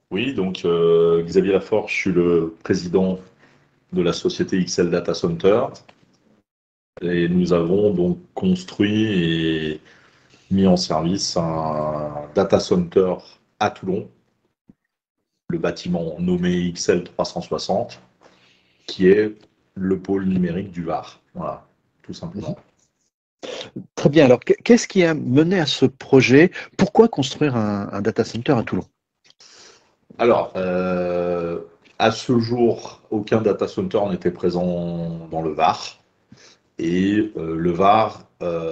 Oui, donc Xavier Lafort, je suis le président de la société XL Data Center et nous avons donc construit et mis en service un data center à Toulon, le bâtiment nommé XL 360, qui est le pôle numérique du Var. Voilà, tout Mhm. simplement. Très bien. Alors, qu'est-ce qui a mené à ce projet? Pourquoi construire un data center à Toulon? Alors, à ce jour, aucun data center n'était présent dans le Var. Et le Var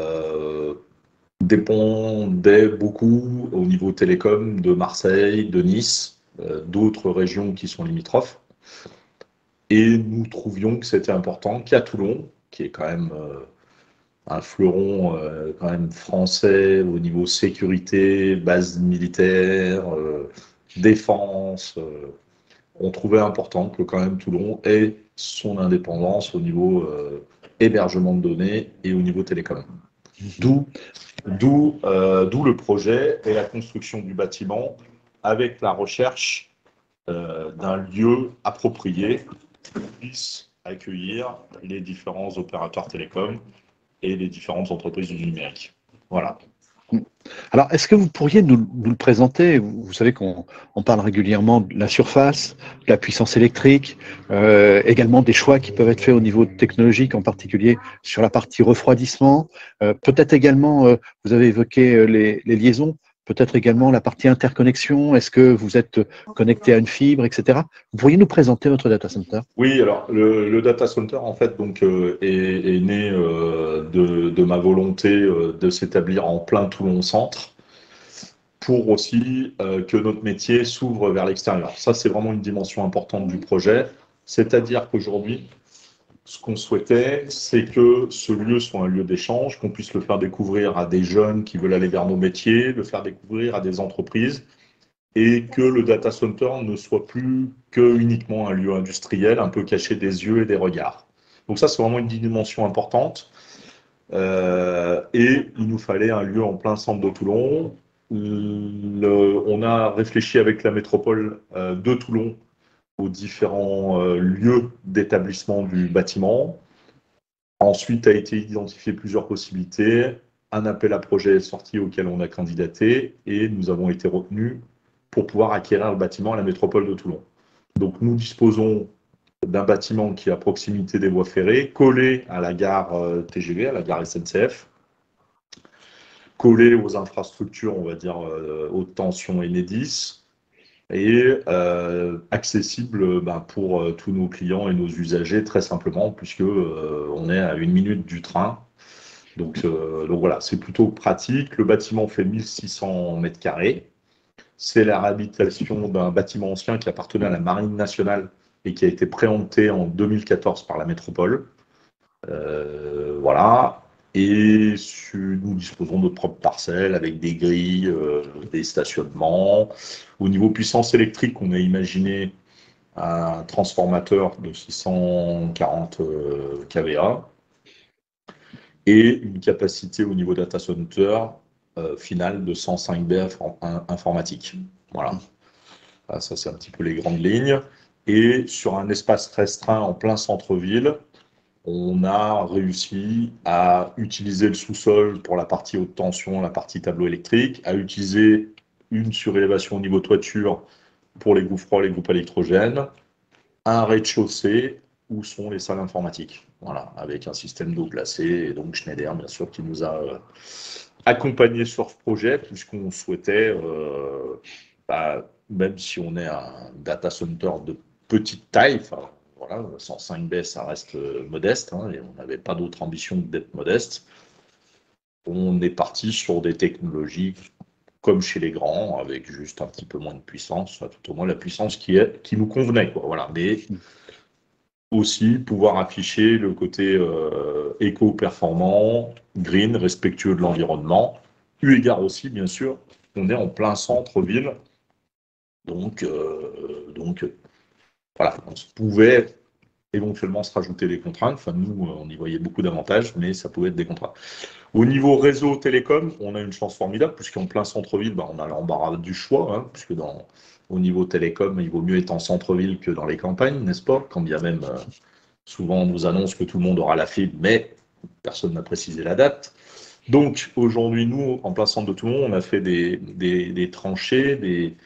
dépendait beaucoup au niveau télécom de Marseille, de Nice, d'autres régions qui sont limitrophes. Et nous trouvions que c'était important qu'à Toulon, qui est quand même un fleuron quand même français au niveau sécurité, base militaire, défense, on trouvait important que quand même Toulon ait son indépendance au niveau hébergement de données et au niveau télécom. Mhm. D'où d'où le projet et la construction du bâtiment avec la recherche d'un lieu approprié qui puisse accueillir les différents opérateurs télécoms et les différentes entreprises du numérique. Voilà. Alors, est-ce que vous pourriez nous le présenter? Vous savez qu'on parle régulièrement de la surface, de la puissance électrique, également des choix qui peuvent être faits au niveau technologique, en particulier sur la partie refroidissement. Peut-être également, vous avez évoqué les liaisons, peut-être également la partie interconnexion. Est-ce que vous êtes connecté à une fibre, etc. Vous pourriez nous présenter votre data center? Oui, alors le data center en fait donc est né de ma volonté de s'établir en plein Toulon centre pour aussi que notre métier s'ouvre vers l'extérieur. Ça c'est vraiment une dimension importante du projet, c'est-à-dire qu'aujourd'hui ce qu'on souhaitait c'est que ce lieu soit un lieu d'échange, qu'on puisse le faire découvrir à des jeunes qui veulent aller vers nos métiers, le faire découvrir à des entreprises et que le data center ne soit plus que uniquement un lieu industriel, un peu caché des yeux et des regards. Donc ça, c'est vraiment une dimension importante. Et il nous fallait un lieu en plein centre de Toulon. On a réfléchi avec la métropole de Toulon aux différents lieux d'établissement du bâtiment. Ensuite a été identifié plusieurs possibilités. Un appel à projet est sorti auquel on a candidaté et nous avons été retenus pour pouvoir acquérir le bâtiment à la métropole de Toulon. Donc nous disposons d'un bâtiment qui est à proximité des voies ferrées, collé à la gare TGV, à la gare SNCF, collé aux infrastructures, on va dire, haute tension Enedis, et accessible pour tous nos clients et nos usagers très simplement, puisque on est à 1 minute du train. Donc voilà, c'est plutôt pratique. Le bâtiment fait 1600 mètres carrés. C'est la réhabilitation d'un bâtiment ancien qui appartenait à la Marine nationale et qui a été préempté en 2014 par la métropole. Voilà. Et nous disposons de notre propre parcelle avec des grilles, des stationnements. Au niveau puissance électrique, on a imaginé un transformateur de 640 kVA et une capacité au niveau data center finale de 105 BF informatique. Voilà. Ça, c'est un petit peu les grandes lignes. Et sur un espace restreint en plein centre-ville, on a réussi à utiliser le sous-sol pour la partie haute tension, la partie tableau électrique, à utiliser une surélévation au niveau toiture pour les groupes froids, les groupes électrogènes, un rez-de-chaussée où sont les salles informatiques. Voilà, avec un système d'eau glacée et donc Schneider, bien sûr, qui nous a accompagnés sur ce projet, puisqu'on souhaitait, même si on est un data center de petite taille, enfin, voilà, 105 B, ça reste modeste, hein, et on n'avait pas d'autre ambition que d'être modeste. On est parti sur des technologies comme chez les grands, avec juste un petit peu moins de puissance, enfin, tout au moins la puissance qui nous convenait, quoi, voilà. Mais aussi pouvoir afficher le côté éco-performant, green, respectueux de l'environnement, eu égard aussi, bien sûr, on est en plein centre-ville, donc voilà, on pouvait éventuellement se rajouter des contraintes. Enfin, nous, on y voyait beaucoup d'avantages, mais ça pouvait être des contraintes. Au niveau réseau télécom, on a une chance formidable, puisqu'en plein centre-ville, on a l'embarras du choix, hein, puisque au niveau télécom, il vaut mieux être en centre-ville que dans les campagnes, n'est-ce pas? Quand bien même, souvent, on nous annonce que tout le monde aura la fibre, mais personne n'a précisé la date. Donc, aujourd'hui, nous, en plein centre de Toulon, on a fait des tranchées,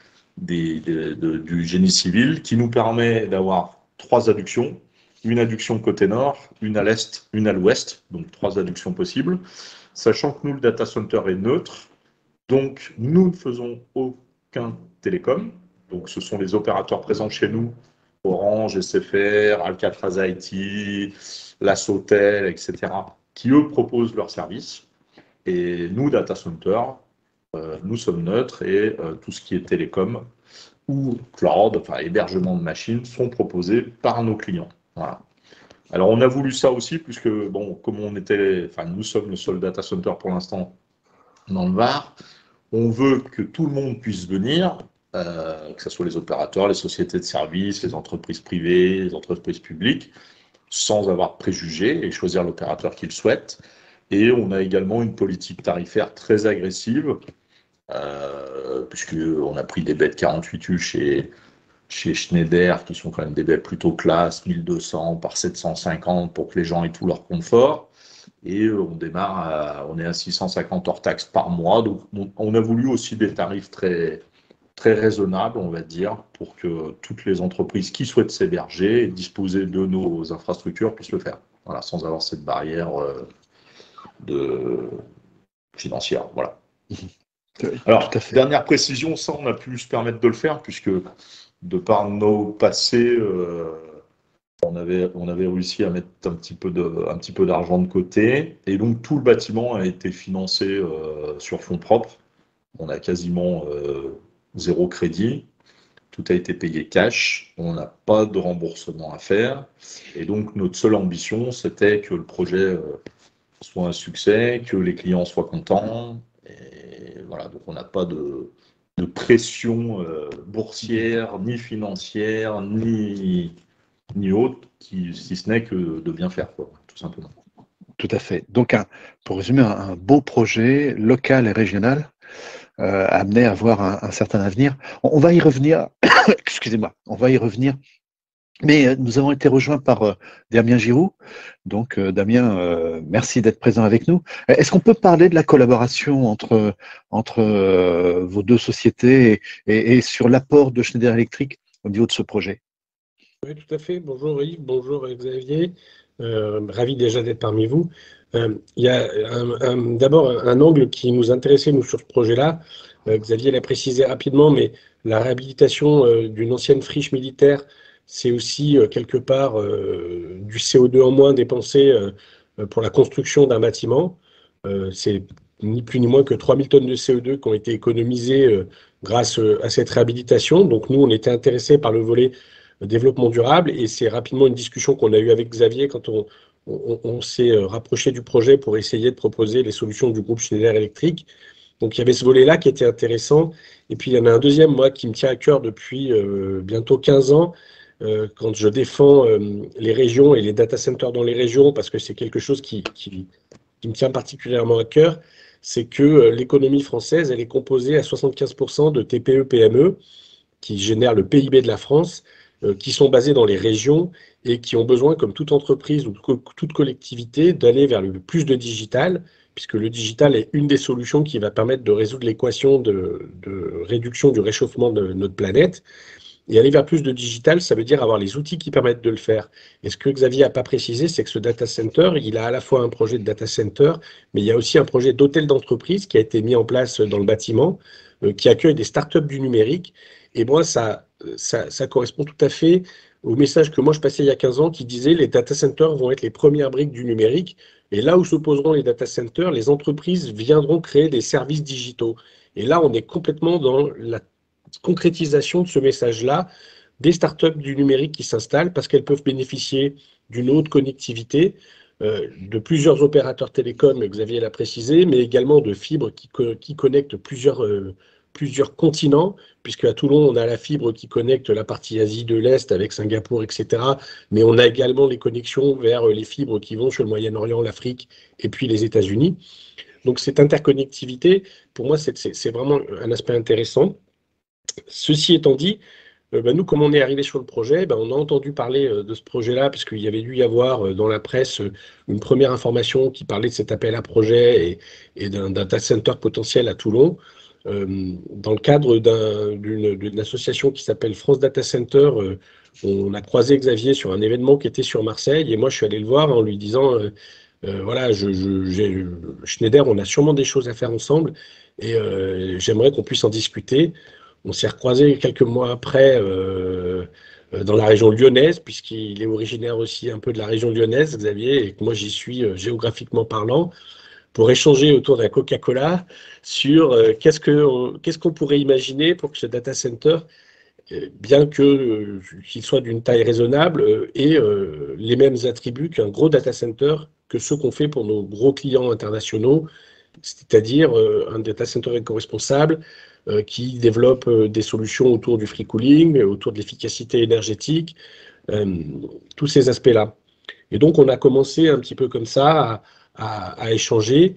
du génie civil qui nous permet d'avoir 3 adductions. Une adduction côté nord, une à l'est, une à l'ouest, donc 3 adductions possibles. Sachant que nous, le data center est neutre, donc nous ne faisons aucun télécom. Donc ce sont les opérateurs présents chez nous, Orange, SFR, Alcatraz IT, La Sautel, etc., qui eux proposent leurs services. Et nous, data center, nous sommes neutres et tout ce qui est télécom ou cloud, enfin hébergement de machines, sont proposés par nos clients. Voilà. Alors on a voulu ça aussi, puisque bon, comme nous sommes le seul data center pour l'instant dans le Var, on veut que tout le monde puisse venir, que ce soit les opérateurs, les sociétés de services, les entreprises privées, les entreprises publiques, sans avoir de préjugés et choisir l'opérateur qu'ils souhaitent. Et on a également une politique tarifaire très agressive, puisqu'on a pris des baies de 48U chez Schneider, qui sont quand même des baies plutôt classe, 1200 par 750 pour que les gens aient tout leur confort. Et on est à 650 hors taxes par mois. Donc on a voulu aussi des tarifs très, très raisonnables, on va dire, pour que toutes les entreprises qui souhaitent s'héberger et disposer de nos infrastructures puissent le faire. Voilà, sans avoir cette barrière financière. Voilà. Alors, dernière précision, ça, on a pu se permettre de le faire, puisque de par nos passés, on avait réussi à mettre un petit peu d'argent de côté, et donc tout le bâtiment a été financé sur fonds propres. On a quasiment 0 crédit, tout a été payé cash, on n'a pas de remboursement à faire, et donc notre seule ambition, c'était que le projet soit un succès, que les clients soient contents, et voilà, donc on n'a pas de pression boursière, ni financière, ni autre, si ce n'est que de bien faire, quoi, tout simplement. Tout à fait. Donc, pour résumer, un beau projet local et régional amené à avoir un certain avenir. On va y revenir, excusez-moi, on va y revenir. Mais nous avons été rejoints par Damien Giroux. Donc, Damien, merci d'être présent avec nous. Est-ce qu'on peut parler de la collaboration entre vos deux sociétés et sur l'apport de Schneider Electric au niveau de ce projet? Oui, tout à fait. Bonjour Yves, bonjour Xavier. Ravi déjà d'être parmi vous. Il y a d'abord un angle qui nous intéressait, nous, sur ce projet-là. Xavier l'a précisé rapidement, mais la réhabilitation d'une ancienne friche militaire, c'est aussi quelque part du CO2 en moins dépensé pour la construction d'un bâtiment. C'est ni plus ni moins que 3000 tonnes de CO2 qui ont été économisées grâce à cette réhabilitation. Donc nous, on était intéressés par le volet développement durable, et c'est rapidement une discussion qu'on a eue avec Xavier quand on s'est rapproché du projet pour essayer de proposer les solutions du groupe Schneider Electric. Donc il y avait ce volet-là qui était intéressant, et puis il y en a un deuxième, moi, qui me tient à cœur depuis bientôt 15 ans, quand je défends les régions et les data centers dans les régions, parce que c'est quelque chose qui me tient particulièrement à cœur, c'est que l'économie française, elle est composée à 75% de TPE-PME, qui génèrent le PIB de la France, qui sont basés dans les régions et qui ont besoin, comme toute entreprise ou toute collectivité, d'aller vers le plus de digital, puisque le digital est une des solutions qui va permettre de résoudre l'équation de réduction du réchauffement de notre planète. Et aller vers plus de digital, ça veut dire avoir les outils qui permettent de le faire. Et ce que Xavier n'a pas précisé, c'est que ce data center, il a à la fois un projet de data center, mais il y a aussi un projet d'hôtel d'entreprise qui a été mis en place dans le bâtiment, qui accueille des startups du numérique. Et moi, ça correspond tout à fait au message que moi je passais il y a 15 ans qui disait les data centers vont être les premières briques du numérique. Et là où s'opposeront les data centers, les entreprises viendront créer des services digitaux. Et là, on est complètement dans la concrétisation de ce message-là, des startups du numérique qui s'installent parce qu'elles peuvent bénéficier d'une haute connectivité, de plusieurs opérateurs télécoms, Xavier l'a précisé, mais également de fibres qui connectent plusieurs plusieurs continents, puisque à Toulon, on a la fibre qui connecte la partie Asie de l'Est avec Singapour, etc. Mais on a également les connexions vers les fibres qui vont sur le Moyen-Orient, l'Afrique et puis les États-Unis. Donc cette interconnectivité, pour moi, c'est vraiment un aspect intéressant. Ceci étant dit, nous, comme on est arrivé sur le projet, on a entendu parler de ce projet-là, parce qu'il y avait dû y avoir dans la presse une première information qui parlait de cet appel à projet et d'un data center potentiel à Toulon, dans le cadre d'une association qui s'appelle France Data Center. On a croisé Xavier sur un événement qui était sur Marseille, et moi je suis allé le voir en lui disant voilà, Schneider, on a sûrement des choses à faire ensemble, et j'aimerais qu'on puisse en discuter. On s'est recroisé quelques mois après dans la région lyonnaise, puisqu'il est originaire aussi un peu de la région lyonnaise, Xavier, et que moi j'y suis géographiquement parlant, pour échanger autour d'un Coca-Cola sur qu'est-ce qu'on pourrait imaginer pour que ce data center, bien qu'il soit d'une taille raisonnable, ait les mêmes attributs qu'un gros data center que ceux qu'on fait pour nos gros clients internationaux, c'est-à-dire un data center éco-responsable qui développe des solutions autour du free cooling, autour de l'efficacité énergétique, tous ces aspects-là. Et donc, on a commencé un petit peu comme ça à échanger.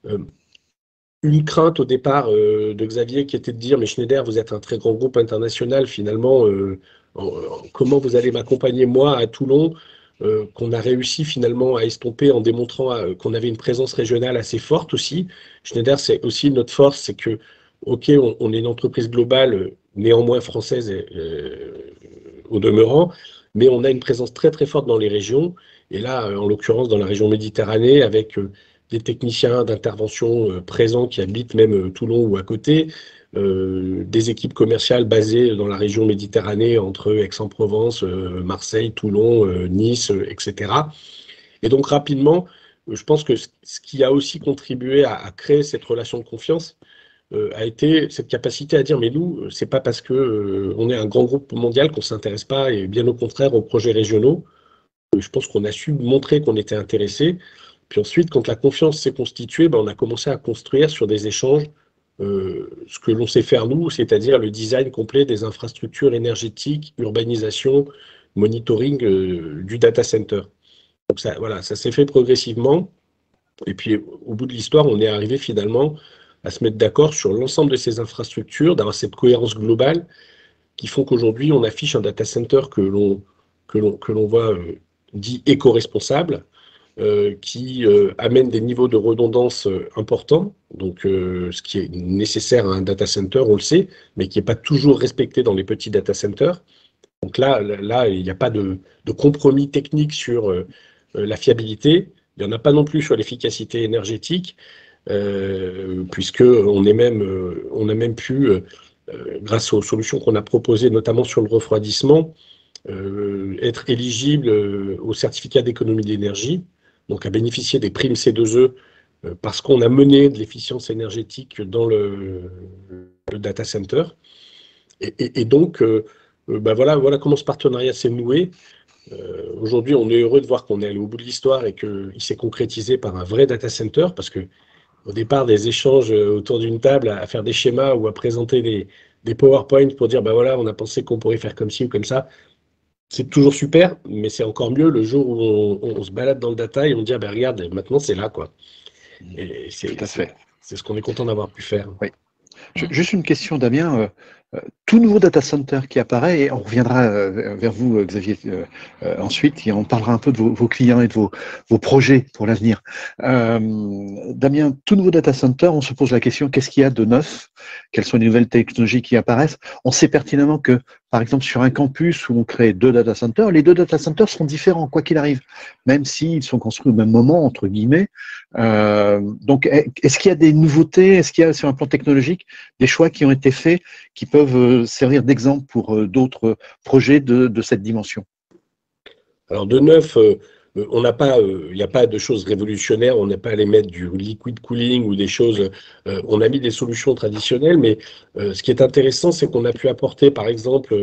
Une crainte au départ de Xavier qui était de dire « Mais Schneider, vous êtes un très grand groupe international, finalement, comment vous allez m'accompagner, moi, à Toulon ?» qu'on a réussi finalement à estomper en démontrant qu'on avait une présence régionale assez forte aussi. Schneider, c'est aussi notre force, c'est que, ok, on est une entreprise globale, néanmoins française au demeurant, mais on a une présence très très forte dans les régions, et là, en l'occurrence, dans la région Méditerranée, avec des techniciens d'intervention présents qui habitent même Toulon ou à côté, des équipes commerciales basées dans la région Méditerranée entre Aix-en-Provence, Marseille, Toulon, Nice, etc. Et donc rapidement, je pense que ce qui a aussi contribué à créer cette relation de confiance a été cette capacité à dire mais nous, c'est pas parce que on est un grand groupe mondial qu'on s'intéresse pas, et bien au contraire aux projets régionaux. Je pense qu'on a su montrer qu'on était intéressé. Puis ensuite, quand la confiance s'est constituée, on a commencé à construire sur des échanges ce que l'on sait faire nous, c'est-à-dire le design complet des infrastructures énergétiques, urbanisation, monitoring du data center. Donc ça, voilà, ça s'est fait progressivement. Et puis au bout de l'histoire, on est arrivé finalement à se mettre d'accord sur l'ensemble de ces infrastructures, d'avoir cette cohérence globale qui font qu'aujourd'hui, on affiche un data center que l'on voit dit éco-responsable, qui amène des niveaux de redondance importants, donc ce qui est nécessaire à un data center, on le sait, mais qui n'est pas toujours respecté dans les petits data centers. Donc là il n'y a pas de compromis technique sur la fiabilité, il n'y en a pas non plus sur l'efficacité énergétique, puisqu'on a même pu, grâce aux solutions qu'on a proposées, notamment sur le refroidissement, être éligible au certificat d'économie d'énergie, donc à bénéficier des primes C2E parce qu'on a mené de l'efficience énergétique dans le data center. Et donc, voilà comment ce partenariat s'est noué. Aujourd'hui, on est heureux de voir qu'on est allé au bout de l'histoire et qu'il s'est concrétisé par un vrai data center, parce que au départ, des échanges autour d'une table à faire des schémas ou à présenter des PowerPoint pour dire voilà, on a pensé qu'on pourrait faire comme ci ou comme ça. C'est toujours super, mais c'est encore mieux le jour où on se balade dans le data et on dit regarde, maintenant c'est là, quoi. Et Tout à fait. C'est ce qu'on est content d'avoir pu faire. Oui. Juste une question, Damien. Tout nouveau data center qui apparaît, et on reviendra vers vous, Xavier, ensuite, et on parlera un peu de vos clients et de vos projets pour l'avenir. Damien, tout nouveau data center, on se pose la question, qu'est-ce qu'il y a de neuf? Quelles sont les nouvelles technologies qui apparaissent? On sait pertinemment que, par exemple, sur un campus où on crée 2 data centers, les 2 data centers seront différents, quoi qu'il arrive, même s'ils sont construits au même moment, entre guillemets. Donc, est-ce qu'il y a des nouveautés? Est-ce qu'il y a, sur un plan technologique, des choix qui ont été faits, qui peuvent servir d'exemple pour d'autres projets de cette dimension? Alors, de neuf, on n'a pas, il n'y a pas de choses révolutionnaires, on n'a pas à les mettre du liquid cooling ou des choses, on a mis des solutions traditionnelles, mais ce qui est intéressant, c'est qu'on a pu apporter, par exemple,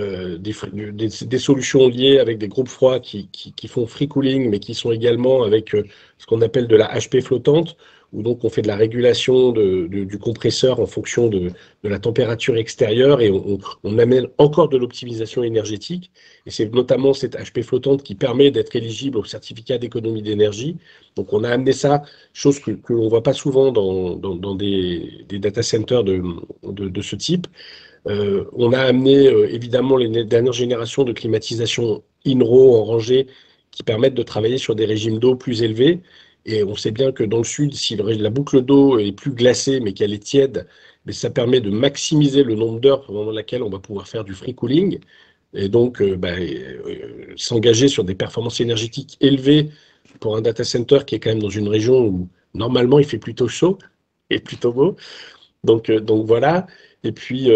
des solutions liées avec des groupes froids qui font free cooling, mais qui sont également avec ce qu'on appelle de la HP flottante, où donc on fait de la régulation du compresseur en fonction de la température extérieure et on amène encore de l'optimisation énergétique. Et c'est notamment cette HP flottante qui permet d'être éligible au certificat d'économie d'énergie. Donc on a amené ça, chose que l'on ne voit pas souvent dans des data centers de ce type. On a amené évidemment les dernières générations de climatisation in-row en rangée qui permettent de travailler sur des régimes d'eau plus élevés. Et on sait bien que dans le sud, si la boucle d'eau est plus glacée mais qu'elle est tiède, mais ça permet de maximiser le nombre d'heures pendant lesquelles on va pouvoir faire du free cooling et donc s'engager sur des performances énergétiques élevées pour un data center qui est quand même dans une région où normalement il fait plutôt chaud et plutôt beau. Donc voilà. Et puis,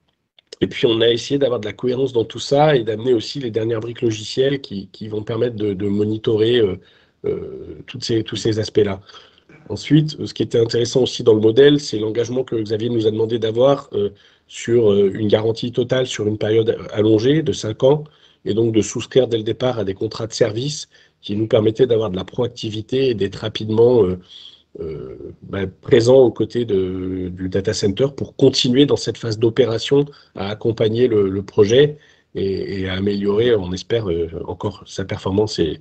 on a essayé d'avoir de la cohérence dans tout ça et d'amener aussi les dernières briques logicielles qui vont permettre de monitorer tous ces aspects-là. Ensuite, ce qui était intéressant aussi dans le modèle, c'est l'engagement que Xavier nous a demandé d'avoir sur une garantie totale sur une période allongée de 5 ans et donc de souscrire dès le départ à des contrats de service qui nous permettaient d'avoir de la proactivité et d'être rapidement présent aux côtés du data center pour continuer dans cette phase d'opération à accompagner le projet et à améliorer, on espère, encore sa performance et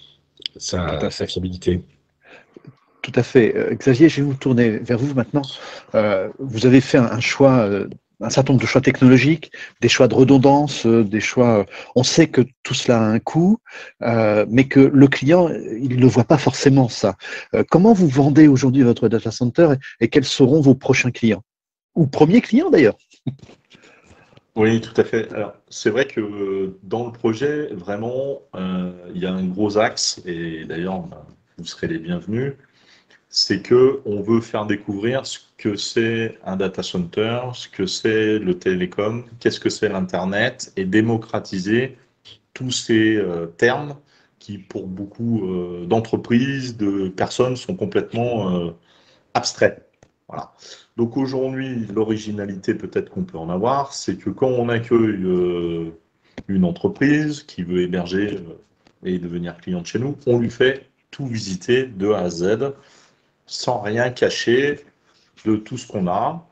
sa fiabilité. Tout à fait. Xavier, je vais vous tourner vers vous maintenant. Vous avez fait un choix, un certain nombre de choix technologiques, des choix de redondance, des choix. On sait que tout cela a un coût, mais que le client, il ne voit pas forcément ça. Comment vous vendez aujourd'hui votre data center et quels seront vos prochains clients? Ou premiers clients d'ailleurs? Oui, tout à fait. Alors, c'est vrai que dans le projet, vraiment, il y a un gros axe, et d'ailleurs, vous serez les bienvenus, c'est que on veut faire découvrir ce que c'est un data center, ce que c'est le télécom, qu'est-ce que c'est l'Internet, et démocratiser tous ces termes qui, pour beaucoup d'entreprises, de personnes, sont complètement abstraits. Voilà. Donc aujourd'hui, l'originalité peut-être qu'on peut en avoir, c'est que quand on accueille une entreprise qui veut héberger et devenir client de chez nous, on lui fait tout visiter de A à Z, sans rien cacher de tout ce qu'on a.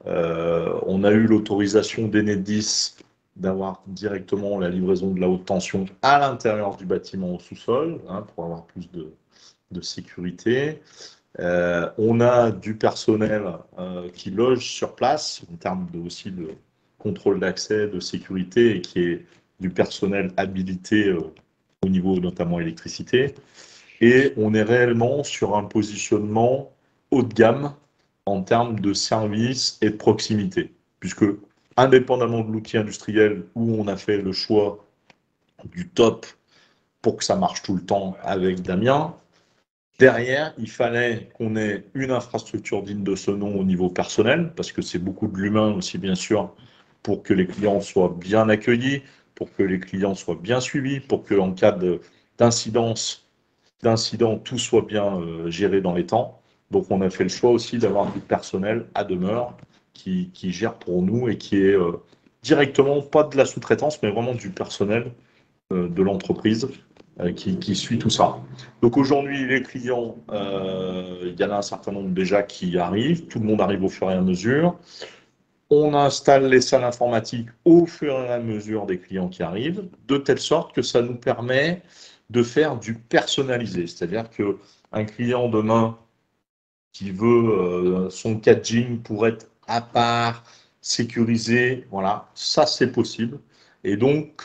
On a eu l'autorisation d'Enedis d'avoir directement la livraison de la haute tension à l'intérieur du bâtiment au sous-sol, pour avoir plus de sécurité. On a du personnel qui loge sur place, en termes aussi de contrôle d'accès, de sécurité, et qui est du personnel habilité au niveau notamment électricité. Et on est réellement sur un positionnement haut de gamme en termes de service et de proximité, puisque indépendamment de l'outil industriel où on a fait le choix du top pour que ça marche tout le temps avec Damien, derrière, il fallait qu'on ait une infrastructure digne de ce nom au niveau personnel, parce que c'est beaucoup de l'humain aussi, bien sûr, pour que les clients soient bien accueillis, pour que les clients soient bien suivis, pour qu'en cas d'incident, tout soit bien géré dans les temps. Donc, on a fait le choix aussi d'avoir du personnel à demeure qui gère pour nous et qui est directement, pas de la sous-traitance, mais vraiment du personnel de l'entreprise qui suit tout ça. Donc aujourd'hui, les clients, il y en a un certain nombre déjà qui arrivent, tout le monde arrive au fur et à mesure. On installe les salles informatiques au fur et à mesure des clients qui arrivent, de telle sorte que ça nous permet de faire du personnalisé. C'est-à-dire qu'un client demain qui veut son cadging pour être à part, sécurisé, voilà, ça c'est possible. Et donc,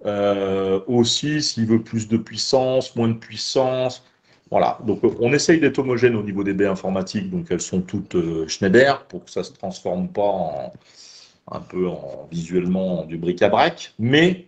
aussi, s'il veut plus de puissance, moins de puissance, voilà. Donc, on essaye d'être homogène au niveau des baies informatiques, donc elles sont toutes Schneider pour que ça ne se transforme pas visuellement en du bric-à-brac, mais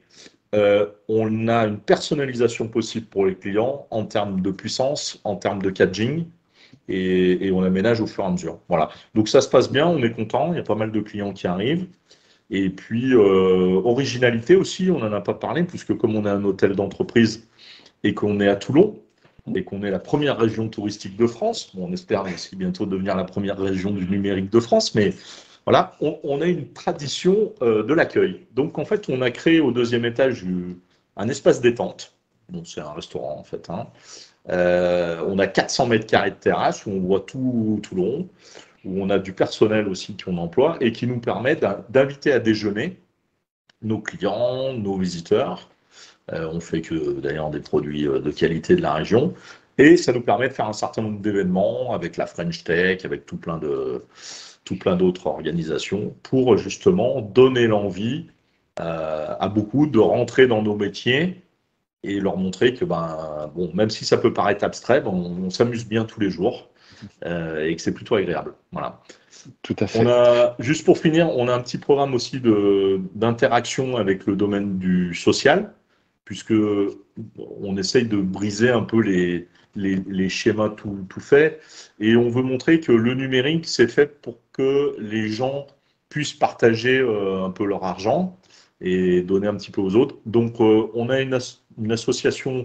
on a une personnalisation possible pour les clients en termes de puissance, en termes de cadging, et on aménage au fur et à mesure. Voilà. Donc ça se passe bien, on est content, il y a pas mal de clients qui arrivent. Et puis, originalité aussi, on n'en a pas parlé, puisque comme on est un hôtel d'entreprise et qu'on est à Toulon, et qu'on est la première région touristique de France, bon, on espère aussi bientôt devenir la première région du numérique de France, mais voilà, on a une tradition de l'accueil. Donc en fait, on a créé au deuxième étage un espace détente. Bon, c'est un restaurant en fait, On a 400 mètres carrés de terrasse où on voit tout Toulon, où on a du personnel aussi qu'on emploie et qui nous permet d'inviter à déjeuner nos clients, nos visiteurs. On fait que d'ailleurs des produits de qualité de la région. Et ça nous permet de faire un certain nombre d'événements avec la French Tech, avec tout plein d'autres organisations pour justement donner l'envie à beaucoup de rentrer dans nos métiers et leur montrer que, même si ça peut paraître abstrait, on s'amuse bien tous les jours et que c'est plutôt agréable. Voilà. Tout à fait. Juste pour finir, on a un petit programme aussi d'interaction avec le domaine du social, puisque on essaye de briser un peu les schémas tout faits, et on veut montrer que le numérique, c'est fait pour que les gens puissent partager un peu leur argent et donner un petit peu aux autres. Donc, on a une association,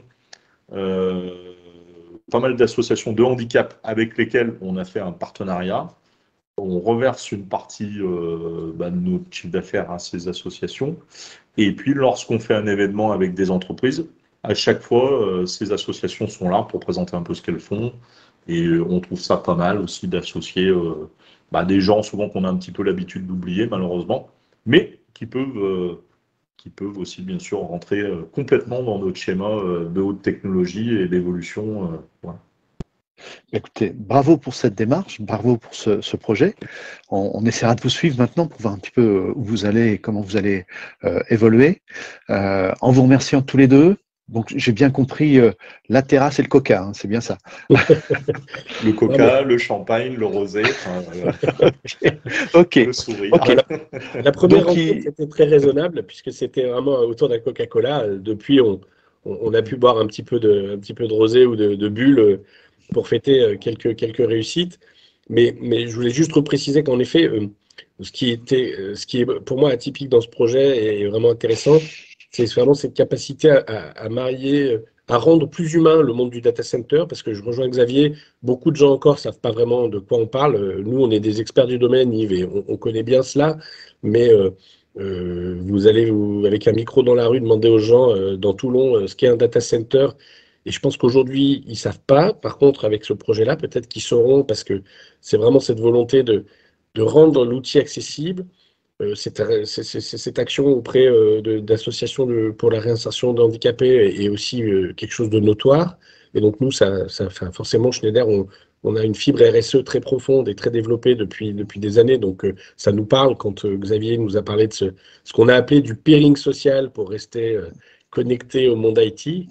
pas mal d'associations de handicap avec lesquelles on a fait un partenariat. On reverse une partie de notre chiffre d'affaires à ces associations. Et puis, lorsqu'on fait un événement avec des entreprises, à chaque fois, ces associations sont là pour présenter un peu ce qu'elles font. Et on trouve ça pas mal aussi d'associer des gens souvent qu'on a un petit peu l'habitude d'oublier, malheureusement, mais qui peuvent aussi, bien sûr, rentrer complètement dans notre schéma de haute technologie et d'évolution. Voilà. Écoutez, bravo pour cette démarche, bravo pour ce projet. On essaiera de vous suivre maintenant pour voir un petit peu où vous allez et comment vous allez évoluer. En vous remerciant tous les deux. Donc, j'ai bien compris la terrasse et le coca, hein, c'est bien ça. Le coca, le champagne, le rosé, okay. Le sourire. Okay. La première rencontre, c'était très raisonnable puisque c'était vraiment autour d'un Coca-Cola. Depuis, on a pu boire un petit peu de rosé ou de bulle pour fêter quelques réussites. Mais je voulais juste repréciser qu'en effet, ce qui est pour moi atypique dans ce projet et vraiment intéressant, c'est vraiment cette capacité à marier, à rendre plus humain le monde du data center, parce que je rejoins Xavier, beaucoup de gens encore ne savent pas vraiment de quoi on parle. Nous, on est des experts du domaine, Yves, et on connaît bien cela, mais vous allez, avec un micro dans la rue, demander aux gens dans Toulon ce qu'est un data center, et je pense qu'aujourd'hui, ils ne savent pas. Par contre, avec ce projet-là, peut-être qu'ils sauront, parce que c'est vraiment cette volonté de rendre l'outil accessible. Cette action auprès d'associations pour la réinsertion de handicapés est aussi quelque chose de notoire. Et donc nous, forcément, Schneider, on a une fibre RSE très profonde et très développée depuis des années. Donc ça nous parle quand Xavier nous a parlé de ce qu'on a appelé du peering social pour rester connecté au monde IT.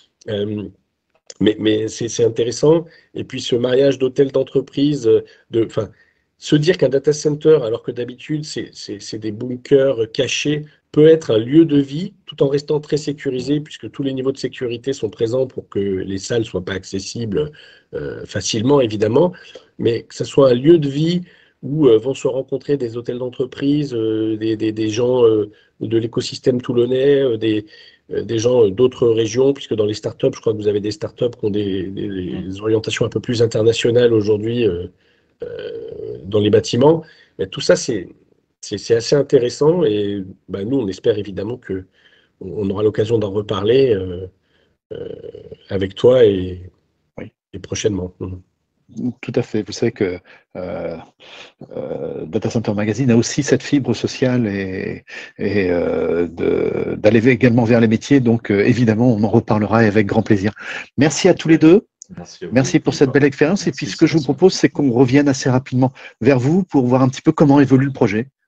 Mais c'est intéressant. Et puis ce mariage d'hôtels d'entreprise, se dire qu'un data center, alors que d'habitude c'est des bunkers cachés, peut être un lieu de vie tout en restant très sécurisé, puisque tous les niveaux de sécurité sont présents pour que les salles ne soient pas accessibles facilement, évidemment, mais que ce soit un lieu de vie où vont se rencontrer des hôtels d'entreprise, des gens de l'écosystème toulonnais, des gens d'autres régions, puisque dans les startups, je crois que vous avez des startups qui ont des orientations un peu plus internationales aujourd'hui dans les bâtiments. Mais tout ça, c'est assez intéressant et nous, on espère évidemment qu'on aura l'occasion d'en reparler avec toi et prochainement. Tout à fait. Vous savez que Data Center Magazine a aussi cette fibre sociale et d'aller également vers les métiers. Donc, évidemment, on en reparlera avec grand plaisir. Merci à tous les deux. Merci pour cette belle expérience. Et puis, ce que je vous propose, c'est qu'on revienne assez rapidement vers vous pour voir un petit peu comment évolue le projet.